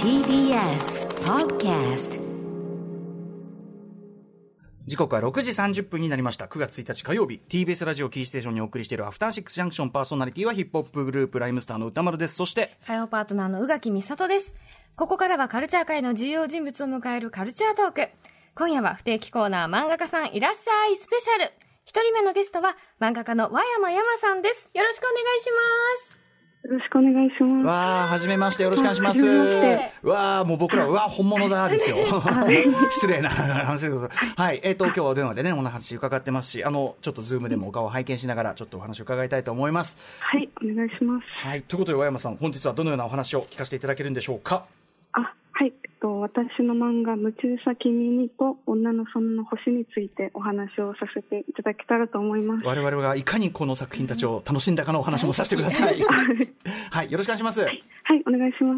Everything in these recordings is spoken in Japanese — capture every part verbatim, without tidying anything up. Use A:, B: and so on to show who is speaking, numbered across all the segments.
A: ティービーエス Podcast。
B: 時刻はろくじさんじゅっぷんになりました。くがつついたち火曜日、 ティービーエス ラジオキーステーションにお送りしているアフターシックスジャンクション。パーソナリティはヒップホップグループライムスターの歌丸です。そして
C: 火曜パートナーの宇垣美里です。ここからはカルチャー界の重要人物を迎えるカルチャートーク。今夜は不定期コーナー、漫画家さんいらっしゃいスペシャル。一人目のゲストは漫画家の和山山さんです。よろしくお願いします。
D: よろしくお願いします。
B: わー、はじめまして、よろしくお願いします。わー、もう僕らは、うわー、本物だですよ。失礼な話でございます。はい、えっと、今日はお電話でね、お話伺ってますし、あの、ちょっとズームでもお顔を拝見しながら、ちょっとお話を伺いたいと思います。
D: はい、お願いします。
B: はい、ということで、和山さん、本日はどのようなお話を聞かせていただけるんでしょうか。
D: あ、はい、えっと、私の漫画、夢中さ君にと女の園の星についてお話をさせていただけたらと思います。
B: 我々がいかにこの作品たちを楽しんだかのお話もさせてください。はい、よろしくお願いします。はい、
D: はい、お願いします。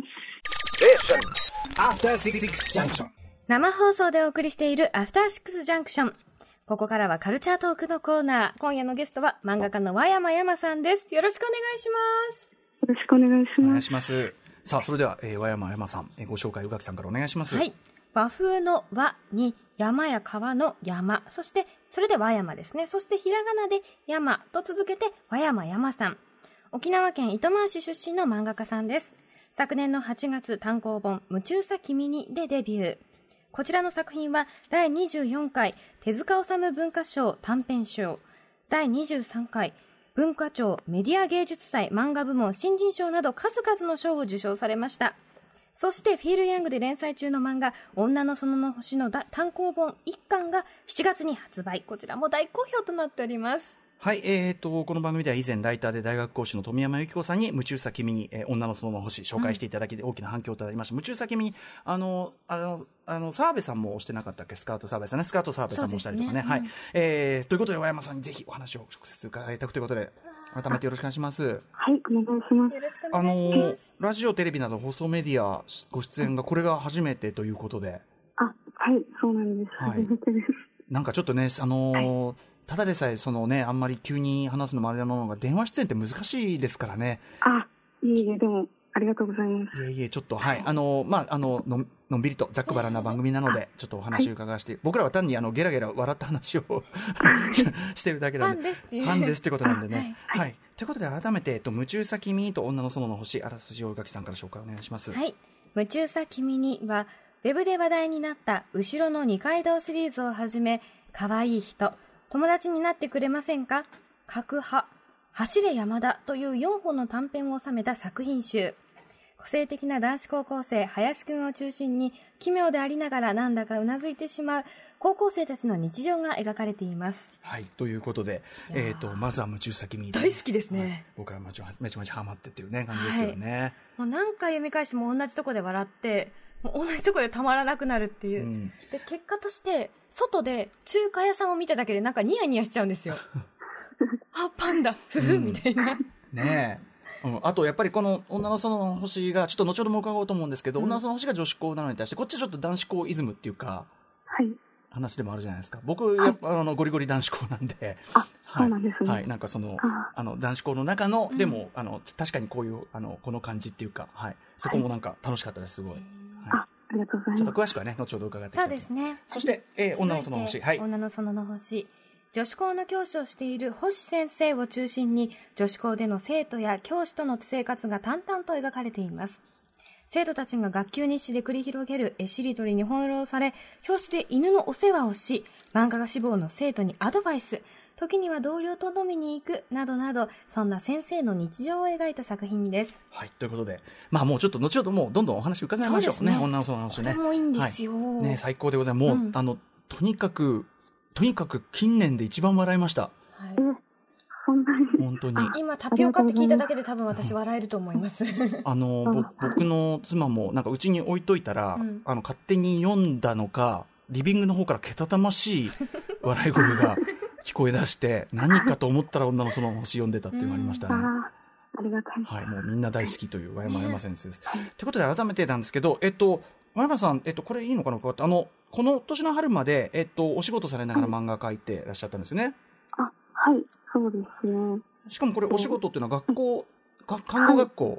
C: 生放送でお送りしているアフターシックスジャンクション。ここからはカルチャートークのコーナー。今夜のゲストは漫画家の和山山さんです。よろしくお願いします。
D: よろしくお願いします。
B: お願いします。さあ、それでは、えー、和山山さん、えー、ご紹介宇垣さんからお願いします。
C: はい、和風の和に山や川の山、そしてそれで和山ですね。そしてひらがなで山と続けて和山山さん。沖縄県糸満市出身の漫画家さんです。昨年のはちがつ単行本夢中さ君にでデビュー。こちらの作品はだいにじゅうよんかい手塚治虫文化賞短編賞、だいにじゅうさんかい文化庁メディア芸術祭漫画部門新人賞など数々の賞を受賞されました。そしてフィールヤングで連載中の漫画女の園の星の単行本いっかんがしちがつに発売。こちらも大好評となっております。
B: はい、えーと、この番組では以前ライターで大学講師の富山由紀子さんに夢中さ君に、えー、女の園の星紹介していただき、うん、大きな反響となりました。夢中さ君にあのあのあの澤部さんもしてなかったっけ、スカート澤部さんね、スカート澤部さんもしたりとかね、はい、うん、えー、ということで和山さんにぜひお話を直接伺いたくということで改めてよろしくお願いします。
D: はい、お願いします。
C: よろしくお願いします。
B: あのラジオテレビなど放送メディアご出演がこれが初めてということで。
D: あ、はい、そうなんです、はい、初めてです。なんかちょっとね、
B: あのーはい、ただでさえそのね、あんまり急に話すのもあれなのが電話出演って難しいですからね。
D: あ、いいえ、でもありがとうございます。
B: いえいえ、ちょっとはい、あのまああのののんびりとざっくばらんな番組なのでちょっとお話を伺わせて、はい、僕らは単にあのゲラゲラ笑った話をしてるだけなんで、
C: ファンですっていう
B: ファンですってことなんでね。
C: はい、
B: はい、ということで改めて、えっと、夢中さ君と女の園の星、あらすじを宇垣さんから紹介お願いします。
C: はい、夢中さ君にはウェブで話題になった後ろの二階堂シリーズをはじめ、可愛い人、友達になってくれませんか、角派、走れ山田というよんほんの短編を収めた作品集。個性的な男子高校生林くんを中心に奇妙でありながらなんだかうなずいてしまう高校生たちの日常が描かれています。
B: はい、ということで、えー、とまずは夢中さ君
C: 大好きですね、はい、
B: 僕らもめちゃめちゃハマってっていうね感じですよね、
C: はい、もう何回読み返しても同じとこで笑ってもう同じとこでたまらなくなるっていう、うん、で結果として外で中華屋さんを見ただけでなんかニヤニヤしちゃうんですよあ、パンダふふみたいな
B: ねえ、うん、あとやっぱりこの女の園の星がちょっと後ほども伺おうと思うんですけど、うん、女の園の星が女子校なのに対してこっちはちょっと男子校イズムっていうか、
D: はい、
B: 話でもあるじゃないですか。僕やっぱ、はい、あのゴリゴリ男子校なんで、
D: あ、はい、そうなんですね、
B: はい、なんかそのあの男子校の中の、うん、でもあの確かにこういうあのこの感じっていうか、はい、そこもなんか楽しかったですすごい、はい、
D: あ、ありがとうございます。
B: ちょっと詳しくはね後ほど伺っていきたいと思います。
C: そうですね。
B: そして、えー、女の園の星、はい、
C: 女の園の星、女子校の教師をしている星先生を中心に女子校での生徒や教師との生活が淡々と描かれています。生徒たちが学級日誌で繰り広げる絵しりとりに翻弄され、教師で犬のお世話をし、漫画家志望の生徒にアドバイス、時には同僚と飲みに行くなどなど、そんな先生の日常を描いた作品です。
B: はい、ということで、まあもうちょっと後ほどもうどんどんお話伺いましょうね。女の園の星ね。
C: これもいいんですよ、
B: はい、ね、最高でございます。もう、うん、あのとにかくとにかく近年で一番笑いました。はい、
D: そんなに
B: 本当に
C: 今タピオカって聞いただけで多分私笑えると思います
B: あの僕の妻もなんかうちに置いといたら、うん、あの勝手に読んだのかリビングの方からけたたましい笑い声が聞こえ出して何かと思ったら女の園の星読んでたっていうのがありましたね。
D: ありがたい、
B: はい、もうみんな大好きという和山山先生です、はい、ということで改めてなんですけど、えっと和山さん、えっと、これいいのかな、あのこの年の春まで、えっと、お仕事されながら漫画描いてらっしゃったんですよね。
D: あ、はい、そうですね。
B: しかもこれお仕事っていうのは学校、か看護学校、
D: 看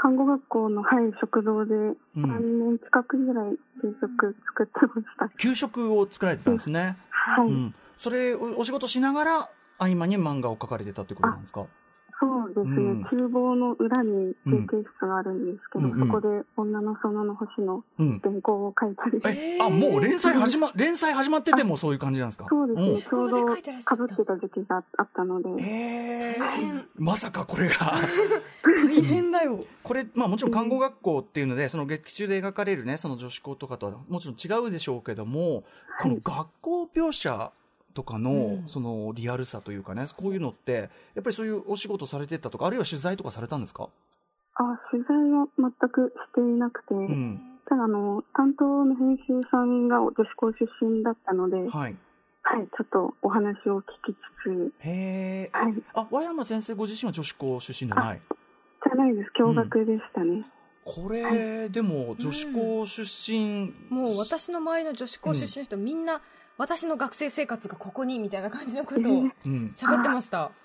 D: 看護学校の、はい、食堂でさんねん近くぐらい給食作ってました。
B: 給食を作られてたんですね。
D: はい、うん。
B: それお、お仕事しながら合間に漫画を描かれてたってことなんですか？
D: そうですね、うん、厨房の裏に休憩室があるんですけど、うん、そこで女の園の星の原稿を書いたり、うん、
B: えあもう連載始ま連載始まっててもそういう感じなんですか？
D: そうですね、ちょうど被ってた時期があったので、
B: えー、まさかこれが
C: 大変だよ。
B: これ、まあ、もちろん看護学校っていうので、その劇中で描かれるねその女子校とかとはもちろん違うでしょうけども、この学校描写とかの、うん、そのリアルさというかね、こういうのってやっぱりそういうお仕事されてたとか、あるいは取材とかされたんですか？
D: あ、取材は全くしていなくて、うん、ただあの担当の編集さんが女子校出身だったので、はい、はい、ちょっとお話を聞きつつ、
B: へー、はい、あ、和山先生ご自身は女子校出身じゃない？
D: じゃないです、共学でしたね。うん、
B: これ、はい、でも女子校出身、
C: うん、もう私の周りの女子校出身の人、うん、みんな私の学生生活がここにみたいな感じのことを喋ってました。はい、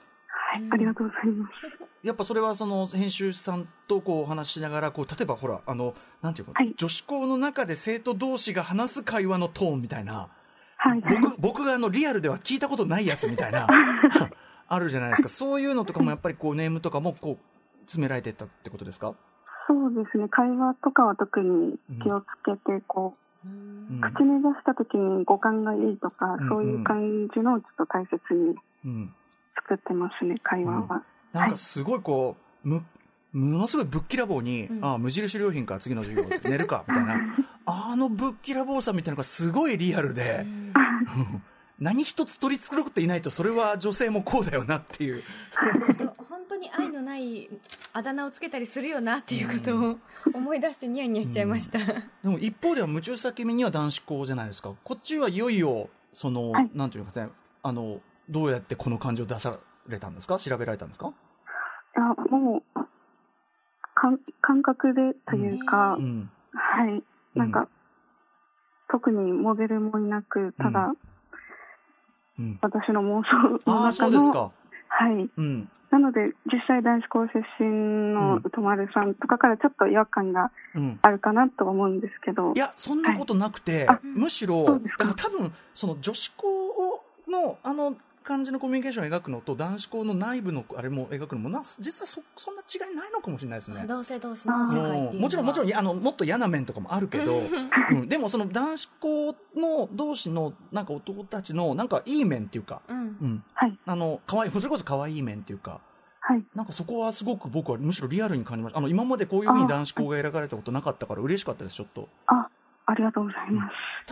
D: ありがとうございます。
B: やっぱそれはその編集さんとこうお話しながら、こう例えばほらあのなんていうか、はい、女子校の中で生徒同士が話す会話のトーンみたいな、はい、僕僕があのリアルでは聞いたことないやつみたいなあるじゃないですか。そういうのとかもやっぱりこうネームとかもこう詰められてったってことですか？
D: そうですね、会話とかは特に気をつけてこう、うん、口に出した時に語感がいいとか、うん、そういう感じのをちょっと大切に作ってますね、うん、会話は、うん、
B: なんかすごいこう、はい、むものすごいぶっきらぼうに、うん、ああ無印良品か次の授業寝るかみたいなあのぶっきらぼうさみたいなのがすごいリアルで、うん何一つ取り繕っていないと、それは女性もこうだよなっていう
C: 本当に愛のないあだ名をつけたりするよなっていうことを思い出してニヤニヤしちゃいました、うん、で
B: も一方では夢中さ君には男子校じゃないですか。こっちはいよいよその、はい、なんていうかね、あのどうやってこの感情を出されたんですか？調べられたんですか？
D: いやもう感覚でというか、うん、はいなんか、うん、特にモデルもいなく、ただ、うん、私の妄想の中の、あ、そうですか。はい、うん、なので実際男子校出身の歌丸さんとかからちょっと違和感があるかなと思うんですけど、うん、
B: いやそんなことなくて、はい、むしろだから多分その女子校のあの感じのコミュニケーションを描くのと男子校の内部のあれも描くのもな実は そ, そんな違いないのかもしれないですね。
C: 同性同士の世界っていうのは
B: もちろんもちろんあのもっと嫌な面とかもあるけど、うん、でもその男子校の同士のなんか男たちのなんかいい面っていうか、うんうんはい、あの可愛いそれこそ可愛い面っていうか、はい、なんかそこはすごく僕はむしろリアルに感じました。あの今までこういう風に男子校が選ばれたことなかったから嬉しかったです。ちょっと
D: あありがとうございます。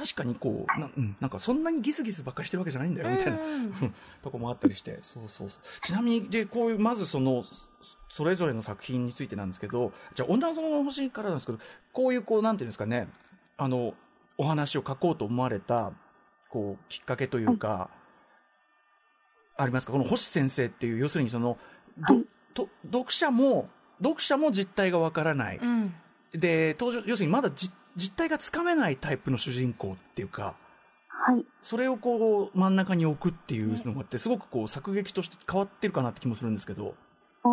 B: 確かにこう な,、うん、なんかそんなにギスギスばっかりしてるわけじゃないんだよみたいな、うん、とこもあったりして、そうそうそう。ちなみにでこういうまずそのそれぞれの作品についてなんですけど、じゃあ女の園の星からなんですけど、こういうこうなんていうんですかね、あのお話を書こうと思われたこうきっかけというか、はい、ありますか？この星先生っていう要するにその、はい、と読者も読者も実態がわからない、うん、で登場要するにまだ実実態がつかめないタイプの主人公っていうか、はい、それをこう真ん中に置くっていうのがあって、すごくこう作劇として変わってるかなって気もするんですけど。
D: あ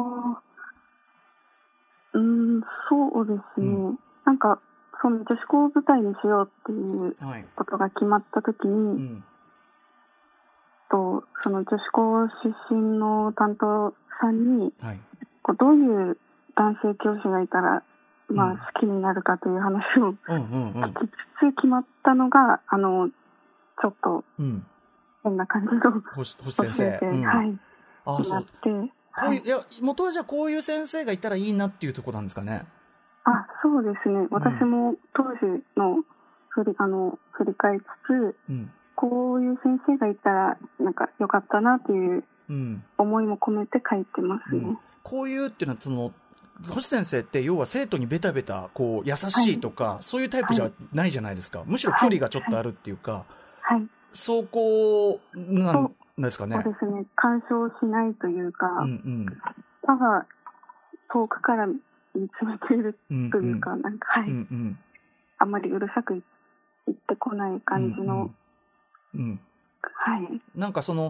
D: うん、そうですね、うん、なんかその女子校を舞台にしようっていうことが決まった時に、はいうん、とその女子校出身の担当さんに、はい、こうどういう男性教師がいたらまあ、好きになるかという話を聞きつつ決まったのが、あのちょっと変な感じの、うん、
B: 星先生、うん、
D: はいああそうなって、
B: はい、いや元はじゃあこういう先生がいたらいいなっていうところなんですかね。
D: あそうですね、私も当時の振り、あの振り返りつつ、うん、こういう先生がいたらなんか良かったなという思いも込めて書いてますね、うん、
B: こういうっていうのはその星先生って要は生徒にベタベタこう優しいとか、はい、そういうタイプじゃないじゃないですか、はい、むしろ距離がちょっとあるっていうか、はいはい、そうこうなんですかね。
D: そうですね、干渉しないというか、うんうん、ただ遠くから見つめているというか、うんうん、なんか、はいうんうん、あんまりうるさく言ってこない感じの、うんうんうん、
B: はい、なんかその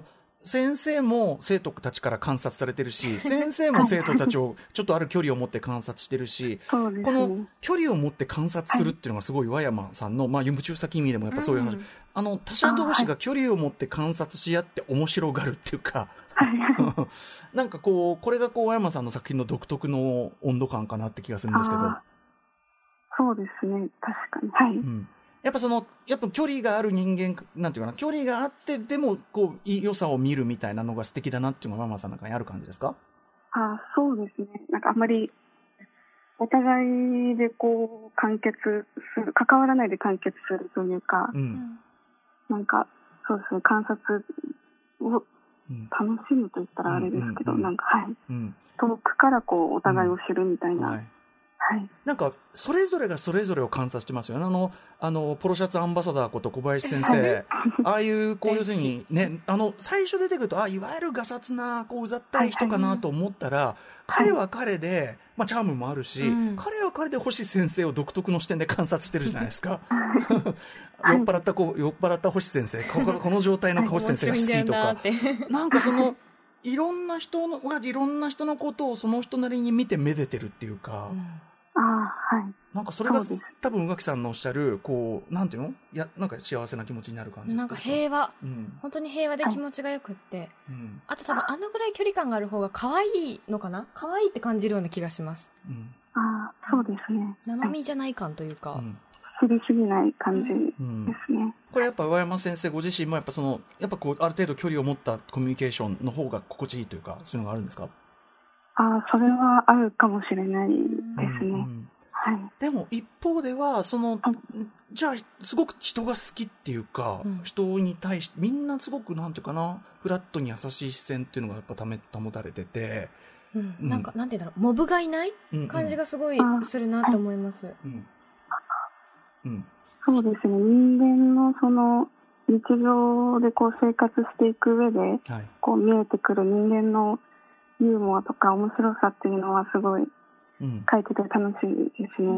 B: 先生も生徒たちから観察されてるし、先生も生徒たちをちょっとある距離を持って観察してるし、
D: そうですね、
B: この距離を持って観察するっていうのがすごい和山さんの、まあ、夢中先意味でもやっぱそういう話、うん、あの他者同士が距離を持って観察し合って面白がるっていうか、なんかこうこれがこう和山さんの作品の独特の温度感かなって気がするんですけど。
D: そうですね、確かに、はい、うん、
B: やっぱそのやっぱ距離がある人間なんていうかな、距離があってでもこう良さを見るみたいなのが素敵だなっていうのがママさんの中にある感じですか？
D: あ、そうですね、なんかあんまりお互いでこう完結する、関わらないで完結するというか、うん、なんかそうですね、観察を楽しむと言ったらあれですけど、うんうんうん、なんかはい、うん、遠くからこうお互いを知るみたいな、うん、はいはい、なん
B: かそれぞれがそれぞれを観察してますよね。あのあのポロシャツアンバサダーこと小林先生ああいうこう要するにね、あの最初出てくるとあいわゆるガサツなこううざったい人かなと思ったら、はいはい、彼は彼で、まあ、チャームもあるし、うん、彼は彼で星先生を独特の視点で観察してるじゃないですか酔っ払ったこう酔っ払った星先生、このこの状態の星先生が好きとかなんかそのいろんな人のいろんな人のことをその人なりに見てめでてるっていうか、うん、
D: あ、はい、
B: なんかそれが多分宇垣さんのおっしゃるこうなんていうの、いやなんか幸せな気持ちになる感じ、
C: なんか平和、うん、本当に平和で気持ちがよくって、はい、うん、あと多分あのぐらい距離感がある方が可愛いのかな、可愛いって感じるような気がします、うん、
D: あ、そうですね、
C: 生身じゃない感というか、はい、うん、
D: 知りすぎない感じですね、うん、
B: これやっぱ上山先生ご自身もやっぱそのやっぱこうある程度距離を持ったコミュニケーションの方が心地いいというか、そういうのがあるんですか？
D: あ、それはあるかもしれないですね、うんうん、はい、
B: でも一方ではそのじゃあすごく人が好きっていうか、うん、人に対してみんなすごくなんていうかな、フラットに優しい視線っていうのがやっぱため保たれてて、
C: うんうん、なんかなんていうんだろう、モブがいない感じがすごいするなと思います、うんうん
D: うん、そうですね、人間のその日常でこう生活していく上で、はい、こう見えてくる人間のユーモアとか面白さっていうのはすごい書いてて楽しいですね、うん、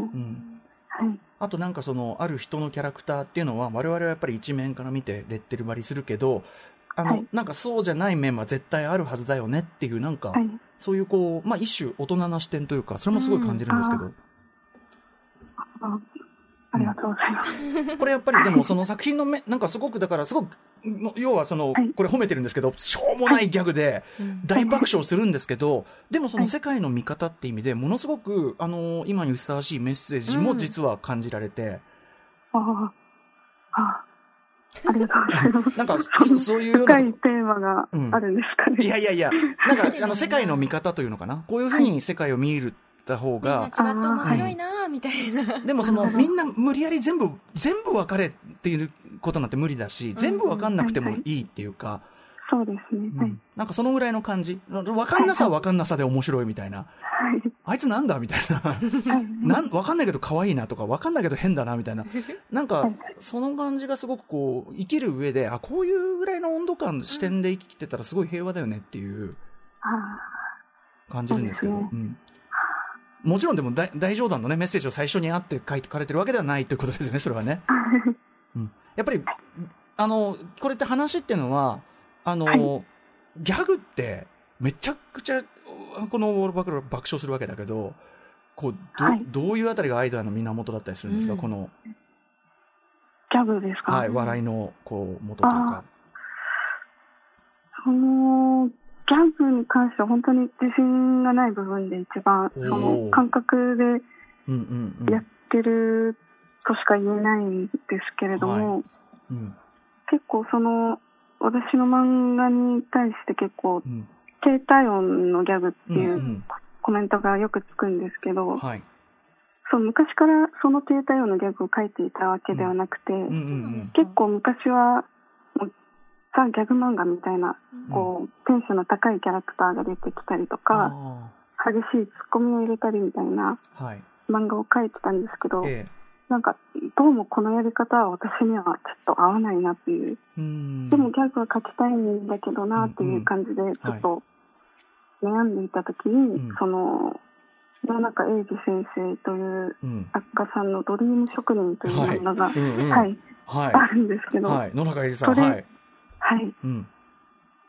D: はい、
B: あとなんかそのある人のキャラクターっていうのは我々はやっぱり一面から見てレッテル張りするけど、あの、はい、なんかそうじゃない面は絶対あるはずだよねっていうなんか、はい、そういうこう、まあ、一種大人な視点というかそれもすごい感じるんですけど、うん、
D: あありがとうございます、
B: うん、これやっぱりでもその作品の目なんかすごくだからすごく要はその、はい、これ褒めてるんですけどしょうもないギャグで大爆笑するんですけど、でもその世界の見方って意味でものすごくあの今にふさわしいメッセージも実は感じられて、うん、
D: ああありがとうございます。
B: なんかそそういうような
D: 深いテーマがあるんですかね、うん、
B: いやいやいやなんかあの世界の見方というのかな、こういうふうに世界を見るた方が、
C: みんな違って面白いなみたいな、
B: でもそのみんな無理やり全部全部分かれっていうことなんて無理だし、全部分かんなくてもいいっていうか、
D: うんうん、そうですね、はい、
B: なんかそのぐらいの感じ、分かんなさは分かんなさで面白いみたいな、はい、あいつなんだみたいな、はい、なん分かんないけど可愛いなとか分かんないけど変だなみたいな、なんかその感じがすごくこう生きる上で、あこういうぐらいの温度感視点で生きてたらすごい平和だよねっていう感じるんですけど、うん、もちろんでも 大, 大冗談の、ね、メッセージを最初にあって書いてかれてるわけではないということですよね、それはね、うん、やっぱりあのこれって話っていうのはあの、はい、ギャグってめちゃくちゃこの爆笑するわけだけど、こう ど,、はい、どういうあたりがアイデアの源だったりするんですか、うん、この
D: ギャグですか、
B: はい、笑いのこう元というか。
D: そのギャグに関しては本当に自信がない部分で一番その感覚でやってるとしか言えないんですけれども、はい、うん、結構その私の漫画に対して結構、うん、低体温のギャグっていうコメントがよくつくんですけど、うんうん、はい、そう昔からその低体温のギャグを書いていたわけではなくて、うんうんうん、結構昔はもうザ・ギャグ漫画みたいな、うん、こうテンションの高いキャラクターが出てきたりとか、激しいツッコミを入れたりみたいな漫画を書いてたんですけど、はい、ええ、なんかどうもこのやり方は私にはちょっと合わないなっていう、うん、でもギャグは書きたいんだけどなっていう感じでちょっと悩んでいた時に、うん、その野中英二先生という作家さんのドリーム職人という漫画が、はいうんうん、はいはい、あるんですけど、
B: はい、野中英二さん、はい、
D: はい、うん、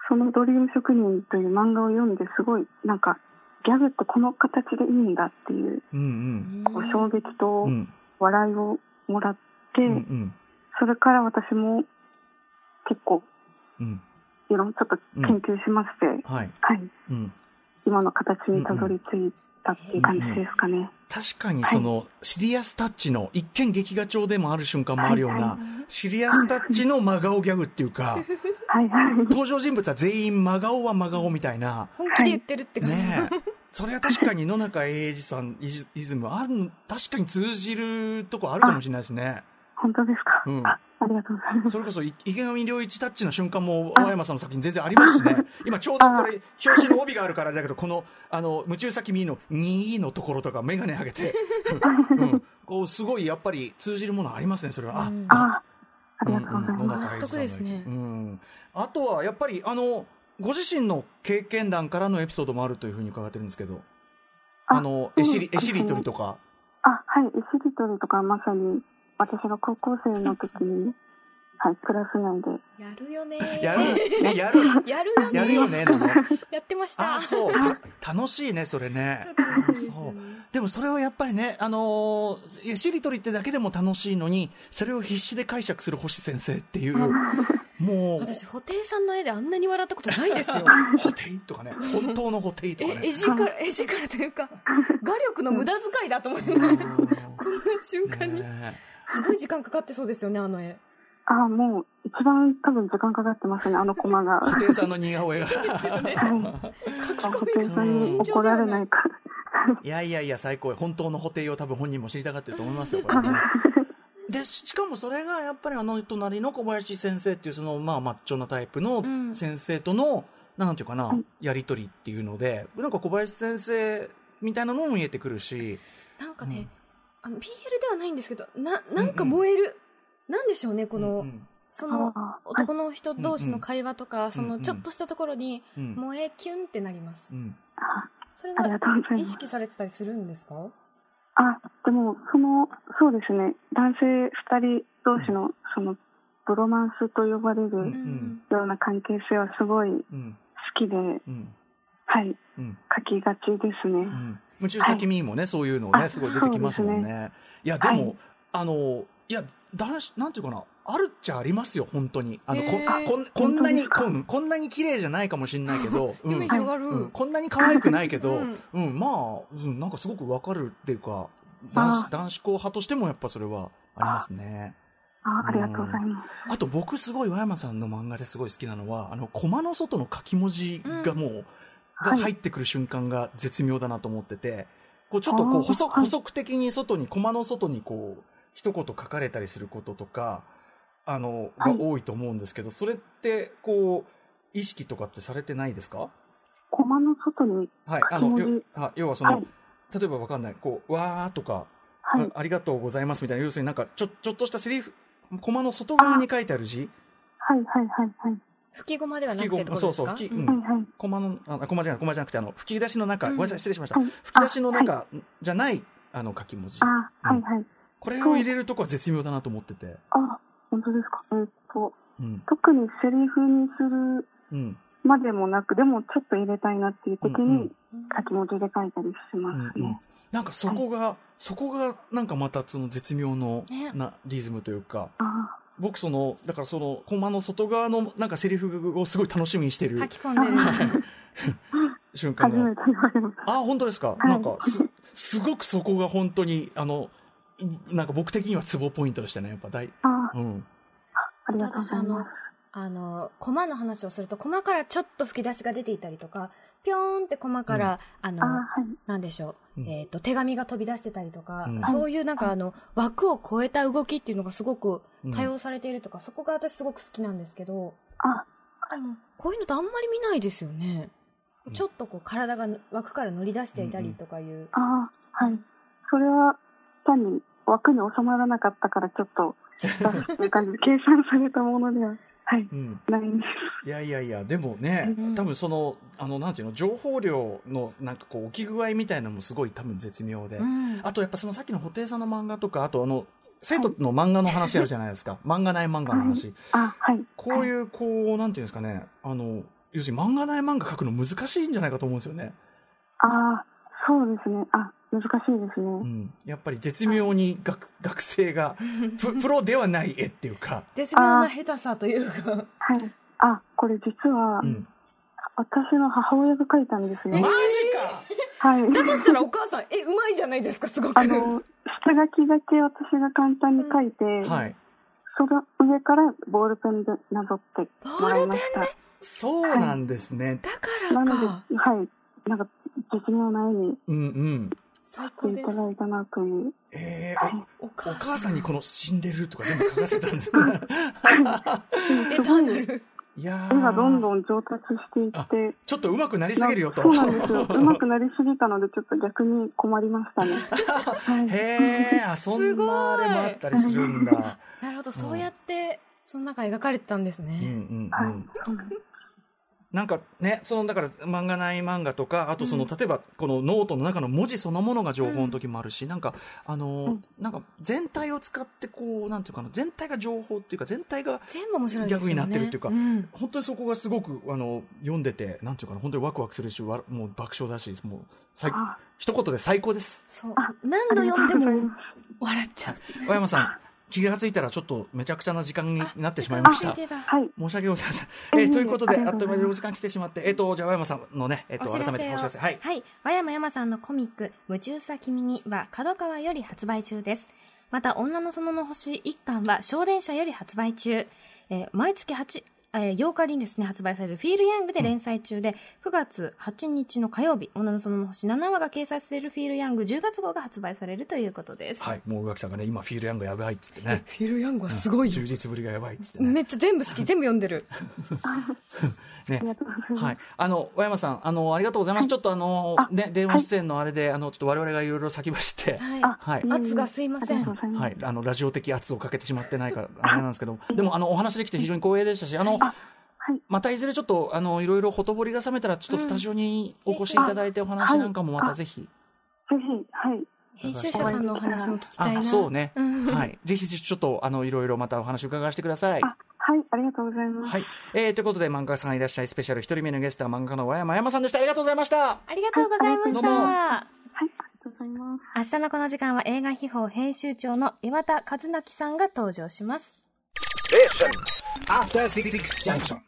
D: そのドリーム職人という漫画を読んですごいなんかギャグってこの形でいいんだっていう、うんうん、こう衝撃と笑いをもらって、うんうん、それから私も結構、うん、いろんなちょっと研究しまして、うん、はい、はい、うん、今の形にたどり着いたっていう感じですかね。うんうん、
B: 確かにその、はい、シリアスタッチの一見劇画調でもある瞬間もあるような、はいはい、シリアスタッチの真顔ギャグっていうかはいはい、登場人物は全員真顔は真顔みたいな、
C: 本気で言ってるって感じ、ね、
B: それは確かに野中英二さんイズムある、確かに通じるとこあるかもしれないですね。
D: 本当ですか、うん、あ, ありがとうございます。
B: それこそ池上良一タッチの瞬間も青山さんの作品全然ありますしね。今ちょうどこれ表紙の帯があるからだけど、このあの夢中先見のにのところとか眼鏡上げて、うん、こうすごいやっぱり通じるものありますね、それは。あ、
D: あありがとうございます。
C: 納得ですね。
B: うん、あとはやっぱりあのご自身の経験談からのエピソードもあるというふうに伺ってるんですけど、あの絵しり絵しりとりとか。
D: あ、はい、絵しりとりとかまさに私が高校生の時に、はい、クラス内で。
C: やるよね
B: やる、ね、やる。
C: やるよね
B: やるよねなの。
C: やってました。
B: あ、そう。楽しいね、それね。そう。でもそれをやっぱりね、あのー、しりとりってだけでも楽しいのに、それを必死で解釈する星先生っていう、もう。
C: 私、布袋さんの絵であんなに笑ったことないですよ。
B: 布袋とかね、本当の布袋とかね。
C: え、絵力、絵力というか、画力の無駄遣いだと思って、こんな瞬間に。すごい時間かかってそうですよね、あの絵。
D: ああ、もう一番多分時間かかってますね、あのコマが。
B: 布袋さんの似顔絵が。
D: はい。布袋さんに怒られないか。
B: いやいやいや、最高。本当の布袋を多分本人も知りたがってると思いますよ、これね。で、しかもそれがやっぱりあの隣の小林先生っていうその、まあ、マッチョなタイプの先生との、うん、なんていうかな、はい、やりとりっていうので、なんか小林先生みたいなのも見えてくるし。
C: なんかね、うん、あの ビーエル ではないんですけど、な、なんか燃える。うんうん、なんでしょうね、この、うんうん、その男の人同士の会話とか、うんうん、そのちょっとしたところに、燃えキュンってなります。うん、それは意識されてたりするんですか？
D: あ、でも、その、そうですね、男性二人同士の、その、ブロマンスと呼ばれるような関係性はすごい好きで、うんうん、はい、うん、書きがちですね。うん、
B: 夢中さきみもね、はい、そういうのね、すごい出てきますもんね。ね、いや、でも、はい、あの、いや、男子、なんていうかな、あるっちゃありますよ、本当に。あの、こ、こん、こんなに、こん、こんなに綺麗じゃないかもしれないけど、
C: うん、夢広がる、
B: うん、こんなに可愛くないけど、うん、うん、まあ、うん、なんかすごくわかるっていうか、男子、男子校派としてもやっぱそれはありますね。
D: あ、ありがとうございます。
B: あと僕すごい和山さんの漫画ですごい好きなのは、あの、コマの外の書き文字がもう、うん、が入ってくる瞬間が絶妙だなと思ってて、こうちょっとこう補足、補足的に外に、コマの外にこう、一言書かれたりすることとか、あの、が多いと思うんですけど、はい、それって、こう、意識とかってされてないですか？
D: コマの外に
B: はい、あの、よあ要はその、はい、例えばわかんない、こう、わーとか、はい、あ、ありがとうございますみたいな、要するになんか、ちょ、ちょっとしたセリフ、コマの外側に書いてある字？
D: はいはいはいはい。
C: 吹きゴマではなくてってことですか？
B: そうそう、吹き、うん。
D: はいはい。
B: コマの、あ、コマじゃない、コマじゃなくて、あの、吹き出しの中、うん、ごめんなさい、失礼しました。はい、吹き出しの中じゃない、あの、書き文字。
D: あ、はいはい。
B: これを入れるとこは絶妙だなと思ってて。
D: あ、本当ですか。えー、っと、うん、特にセリフにするまでもなく、うん、でもちょっと入れたいなっていう時に書き文字で書いたりしますね。うんうん、
B: なんかそこが、はい、そこがなんかまたその絶妙のなリズムというか、あ、僕その、だからそのコマの外側のなんかセリフをすごい楽しみにしてる。
C: 書き込んでる。
B: 瞬間が。
D: 初めて言われます。
B: あ、本当ですか。はい、なんかす、すごくそこが本当に、あの、なんか僕的にはツボポイントでしたね、やっぱ大。
D: あ、
B: うん。
D: ありがとうございます。
C: あの、コマの話をすると、コマからちょっと吹き出しが出ていたりとか、ぴょーんってコマから、うん、あの、あ、はい、なんでしょう、うん、えっと、手紙が飛び出してたりとか、うん、そういうなんかあの、枠を超えた動きっていうのがすごく多用されているとか、うん、そこが私すごく好きなんですけど、
D: あ、
C: あの、こういうのってあんまり見ないですよね。うん、ちょっとこう、体が枠から乗り出していたりとかいう。うんうん、
D: あ、はい。それは、単に枠に収まらなかったからちょっと、そういう感じで計算されたものでは。はい、うん、ないんです。
B: いやいやいや、でもね、うん、多分その、あの、なんていうの、情報量の、なんかこう、起き具合みたいなのもすごい多分絶妙で。うん、あと、やっぱそのさっきの布袋さんの漫画とか、あとあの、生徒の漫画の話あるじゃないですか。はい、漫画ない漫画の話。
D: はい、あ、はい。
B: こういう、こう、なんていうんですかね、あの、 要するに漫画内漫画描くの難しいんじゃないかと思うんですよね。
D: ああ、そうですね。あ、難しいですね。う
B: ん、やっぱり絶妙に 学, 学生がプ, プロではない絵っていうか
C: 絶妙な下手さというか。
D: はい。あ、これ実は、うん、私の母親が描いたんですね。
B: マジ
D: か。はい。
C: だとしたらお母さん、え、うまいじゃないですか、すごく。
D: あの、下書きだけ私が簡単に描いて、うん、はい。その上からボールペンでなぞってもらいました。
B: そうなんですね。はい、
C: だからか。
D: なので、はい。なんか、絶妙な絵に。
B: うんうん。
C: 最高です。
D: いただいたなという。
B: えーはい、お, お母さんにこの死んでるとか全部書かせたんですね。
C: え、単なる。
B: いや
D: 絵がどんどん上達していって、
B: ちょっと上手くなりすぎるよと。
D: そうなんですよ。上手くなりすぎたのでちょっと逆に困りましたね。
B: はい、へえ、あ、そんなあれもあったりするんだ。
C: なるほど、そうやってその中描かれてたんですね。
B: うんうんうん。はい、なんかね、そのだから漫画内漫画とか、あとその、うん、例えばこのノートの中の文字そのものが情報の時もあるし、うん、なんかあの、うん、なんか全体を使ってこうなんていうかな、全体が情報っていうか全体が逆になってるっていうか、うん、本当にそこがすごくあの読んでてなんていうかな、本当にワクワクするし、もう爆笑だし、もう最一言で最高です。
C: そう、何度読んでも笑っちゃう。
B: 小山さん。気がついたらちょっとめちゃくちゃな時間になってしまいました。はい、申し訳ございません。えー、ということで、あっという間にお時間来てしまって、えっ、ー、と、じゃあ、和山さんのね、えっ、ー、と、改めてお知らせ。はい。
C: はい。和山山さんのコミック、夢中さ君には、角川より発売中です。また、女の園の星一巻は、小電車より発売中。えー、毎月はち、えー、ようかにですね、発売されるフィールヤングで連載中で、うん、くがつはちにちの火曜日、女の園の星ななわが掲載されるフィールヤングじゅうがつ号が発売されるということです。
B: はい、もう宇垣さんがね、今フィールヤングやばいっつってね。
C: フィールヤングはすごい、うん、
B: 充実ぶりがやばいっつってね。
C: めっちゃ全部好き、全部読んでる。
B: ね、はい、あの小山さん、あのありがとうございます。はい、ちょっとあのあね電話出演のあれで、はい、あのちょっと我々がいろいろ先走って、はい、
C: はい、圧がすいません。
B: はい、あのラジオ的圧をかけてしまってないからあれなんですけど、でもあのお話できて非常に光栄でしたし、あの。あはい、またいずれちょっとあのいろいろほとぼりが冷めたらちょっとスタジオにお越しいただいてお話なんかもまたぜひ、
D: ぜひ、はい、
C: 編集者さんのお話も聞きたいな。
B: あ、そうね、はい、ぜひちょっとあのいろいろまたお話を伺わせてください。
D: あ、はい、ありがとうございます。
B: はい、えー、ということで漫画家さんいらっしゃいスペシャル一人目のゲストは漫画家の和山山さんでした。ありがとうございました。
C: ありがとうございました。
D: はい、ありがとうございます。
C: 明日のこの時間は映画秘宝編集長の岩田和明さんが登場します。
E: After Six Junction